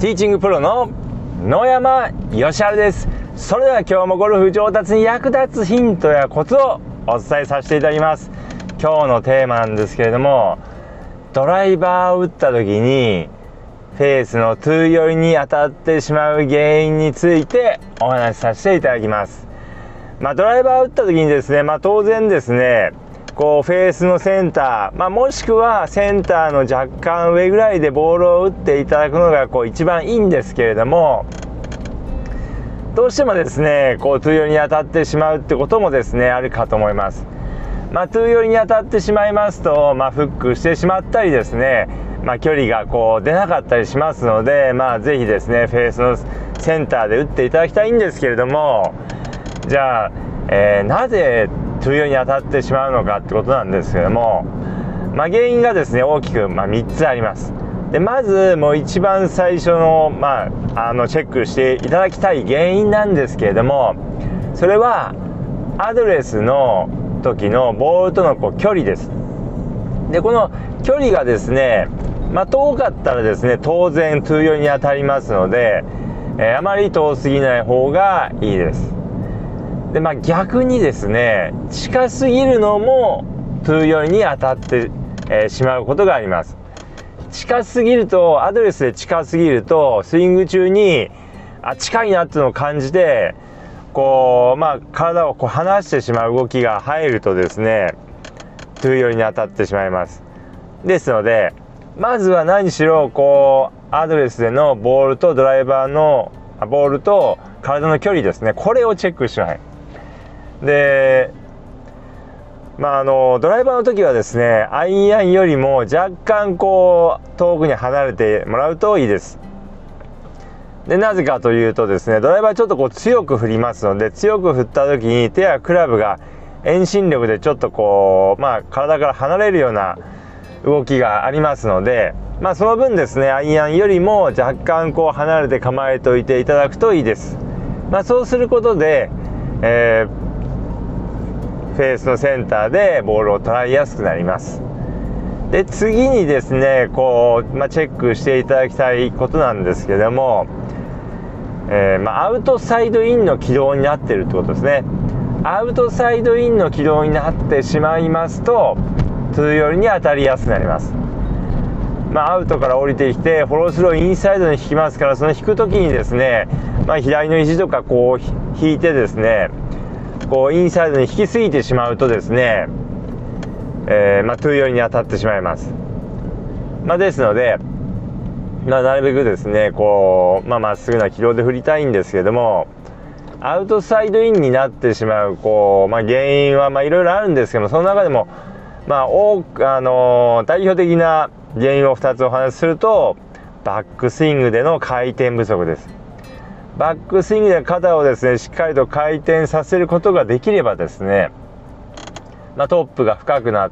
ティーチングプロの野山義晴です。それでは今日もゴルフ上達に役立つヒントやコツをお伝えさせていただきます。今日のテーマなんですけれども、ドライバーを打った時にフェースのトゥー寄りに当たってしまう原因についてお話しさせていただきます。ドライバーを打った時にですね、当然ですね、フェースのセンター、もしくはセンターの若干上ぐらいでボールを打っていただくのが一番いいんですけれども、どうしてもですねトゥー寄りに当たってしまうってこともですねあるかと思います。トゥー寄りに当たってしまいますと、フックしてしまったりですね、距離が出なかったりしますので、ぜひですねフェースのセンターで打っていただきたいんですけれども、じゃあ、なぜトゥー寄りに当たってしまうのかってことなんですけども、原因がですね大きく3つあります。でまずもう一番最初の、チェックしていただきたい原因なんですけれども、それはアドレスの時のボールとの距離です。でこの距離がですね、遠かったらですね当然トゥー寄りに当たりますので、あまり遠すぎない方がいいです。で逆にですね近すぎるのもトゥー寄りに当たって、しまうことがあります。近すぎると、アドレスで近すぎるとスイング中に近いなっていうのを感じて体を離してしまう動きが入るとですねトゥー寄りに当たってしまいます。ですのでまずは何しろアドレスでのボールとドライバーのボールと体の距離ですね、これをチェックしない。でドライバーの時はですねアイアンよりも若干遠くに離れてもらうといいです。でなぜかというとですね、ドライバーちょっと強く振りますので、強く振った時に手やクラブが遠心力でちょっと体から離れるような動きがありますので、その分ですねアイアンよりも若干離れて構えておいていただくといいです。そうすることで、フェースのセンターでボールを捉えやすくなります。で次にですねチェックしていただきたいことなんですけども、アウトサイドインの軌道になっているってことですね。アウトサイドインの軌道になってしまいますとトゥー寄りに当たりやすくなります。アウトから降りてきてフォロースローインサイドに引きますから、その引く時にですね、左の肘とか引いてですねインサイドに引きすぎてしまうとですね、トゥー寄りに当たってしまいます。ですので、なるべくですねまっすぐな軌道で振りたいんですけれども、アウトサイドインになってしまう原因はいろいろあるんですけども、その中でも代表的な原因を2つお話しすると、バックスイングでの回転不足です。バックスイングで肩をですねしっかりと回転させることができればですね、トップが深くなって、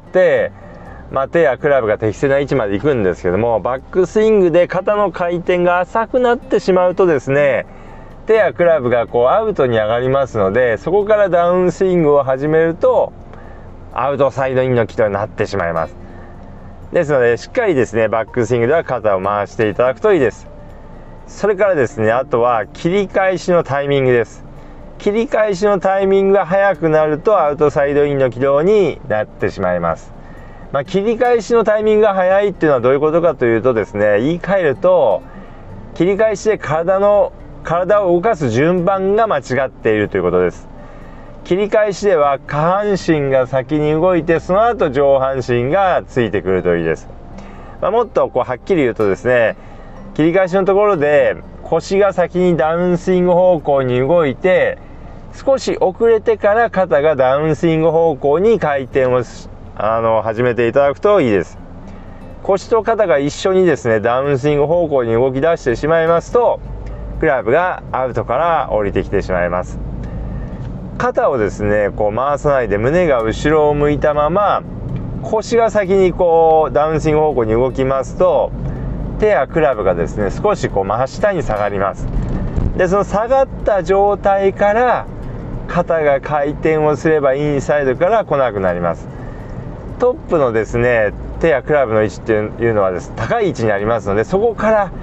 手やクラブが適正な位置まで行くんですけども、バックスイングで肩の回転が浅くなってしまうとですね、手やクラブがアウトに上がりますので、そこからダウンスイングを始めるとアウトサイドインの軌道になってしまいます。ですのでしっかりですねバックスイングでは肩を回していただくといいです。それからですね、あとは切り返しのタイミングです。切り返しのタイミングが速くなるとアウトサイドインの軌道になってしまいます。切り返しのタイミングが速いっていうのはどういうことかというとですね、言い換えると切り返しで体を動かす順番が間違っているということです。切り返しでは下半身が先に動いて、その後上半身がついてくるといいです。もっとはっきり言うとですね、切り返しのところで腰が先にダウンスイング方向に動いて、少し遅れてから肩がダウンスイング方向に回転を始めていただくといいです。腰と肩が一緒にですねダウンスイング方向に動き出してしまいますと、クラブがアウトから降りてきてしまいます。肩をですね回さないで胸が後ろを向いたまま腰が先にダウンスイング方向に動きますと、手やクラブがですね少し真下に下がります。でその下がった状態から肩が回転をすればインサイドから来なくなります。トップのですね手やクラブの位置っていうのはです、高い位置にありますので、そこから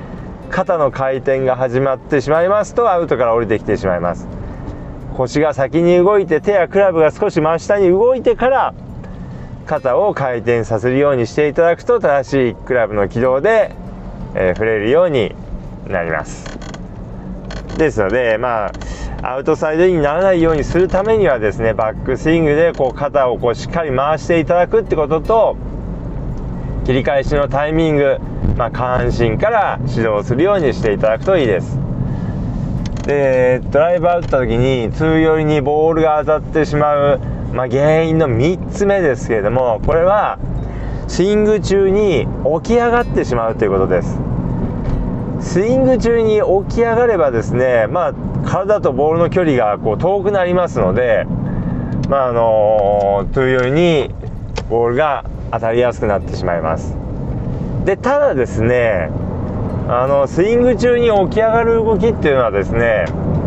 肩の回転が始まってしまいますとアウトから降りてきてしまいます。腰が先に動いて手やクラブが少し真下に動いてから肩を回転させるようにしていただくと正しいクラブの軌道で、振れるようになります。ですのでアウトサイドインにならないようにするためにはですね、バックスイングで肩をしっかり回していただくってことと、切り返しのタイミング、下半身から指導するようにしていただくといいです。でドライバー打った時に2寄りにボールが当たってしまう、原因の3つ目ですけれども、これはスイング中に起き上がってしまうということです。スイング中に起き上がればですね、体とボールの距離が遠くなりますので、2寄りにボールが当たりやすくなってしまいます。でただですね、スイング中に起き上がる動きっていうのはですね、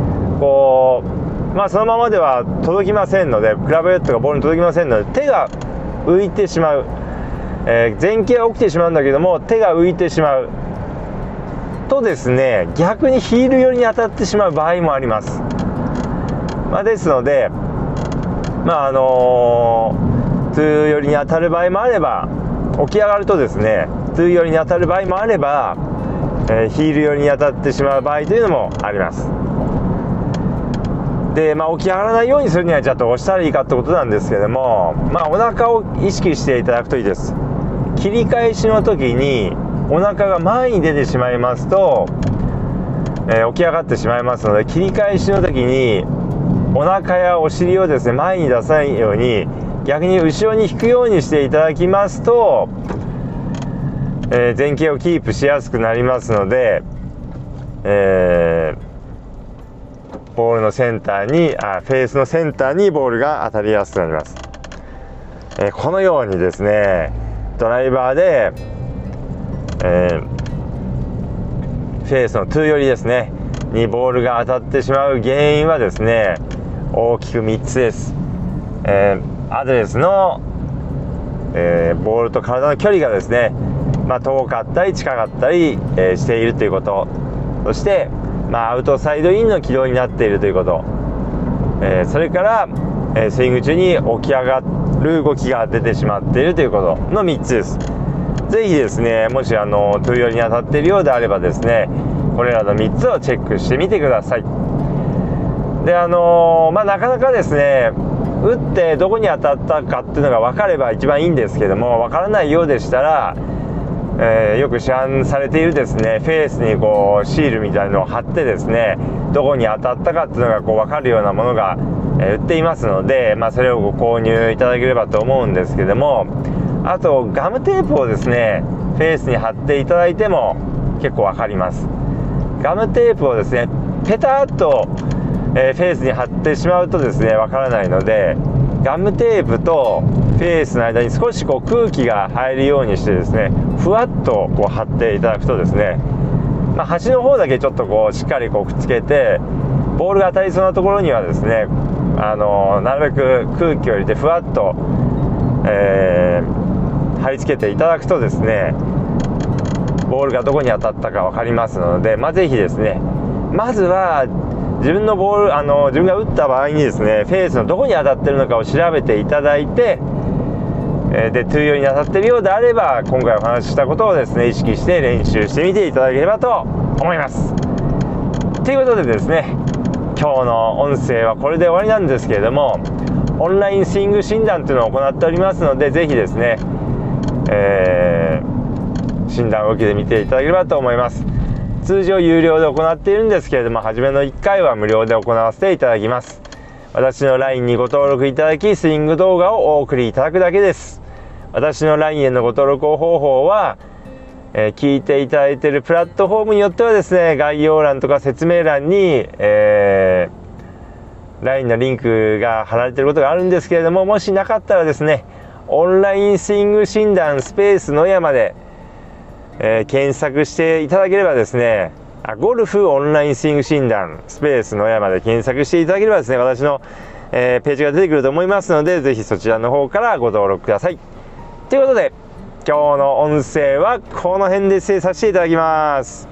そのままでは届きませんので、クラブヘッドがボールに届きませんので、手が浮いてしまう、前傾は起きてしまうんだけども手が浮いてしまうとですね、逆にヒール寄りに当たってしまう場合もあります。ですので2寄りに当たる場合もあれば、起き上がるとですね2寄りに当たる場合もあれば、ヒール寄りに当たってしまう場合というのもあります。で起き上がらないようにするにはじゃあどうしたらいいかってことなんですけれども、お腹を意識していただくといいです。切り返しの時にお腹が前に出てしまいますと、起き上がってしまいますので、切り返しの時にお腹やお尻をですね前に出さないように逆に後ろに引くようにしていただきますと、前傾をキープしやすくなりますので、ボールのセンターにフェースのセンターにボールが当たりやすくなります。このようにですねドライバーで、フェースの2寄りですねにボールが当たってしまう原因はですね大きく3つです。アドレスの、ボールと体の距離がですね、遠かったり近かったり、しているということ、そして、アウトサイドインの軌道になっているということ、それから、スイング中に起き上がる動きが出てしまっているということの3つです。ぜひですね、もし2寄りに当たっているようであればですね、これらの3つをチェックしてみてください。でなかなかですね打ってどこに当たったかっていうのが分かれば一番いいんですけども、分からないようでしたら、よく市販されているですねフェースにシールみたいなのを貼ってですね、どこに当たったかっていうのが分かるようなものが、売っていますので、それをご購入いただければと思うんですけども、あとガムテープをですねフェースに貼っていただいても結構分かります。ガムテープをですねペタッとフェースに貼ってしまうとですねわからないので、ガムテープとフェースの間に少し空気が入るようにしてですねふわっと貼っていただくとですね、端の方だけちょっとしっかりくっつけて、ボールが当たりそうなところにはですねなるべく空気を入れてふわっと、貼り付けていただくとですねボールがどこに当たったか分かりますので、ぜひですねまずは自分のボール自分が打った場合にですねフェースのどこに当たってるのかを調べていただいて、で2寄りに当たってるようであれば今回お話ししたことをですね意識して練習してみていただければと思います。ということでですね、今日の音声はこれで終わりなんですけれども、オンラインスイング診断というのを行っておりますので、ぜひですね、診断を受けてみていただければと思います。通常有料で行っているんですけれども、初めの1回は無料で行わせていただきます。私の LINE にご登録いただき、スイング動画をお送りいただくだけです。私の LINE へのご登録方法は、聞いていただいているプラットフォームによってはですね、概要欄とか説明欄に、LINE のリンクが貼られていることがあるんですけれども、もしなかったらですね、オンラインスイング診断スペース野山で検索していただければですね、ゴルフオンラインスイング診断スペース野山で検索していただければですね、私の、ページが出てくると思いますので、ぜひそちらの方からご登録ください。ということで、今日の音声はこの辺で失礼させていただきます。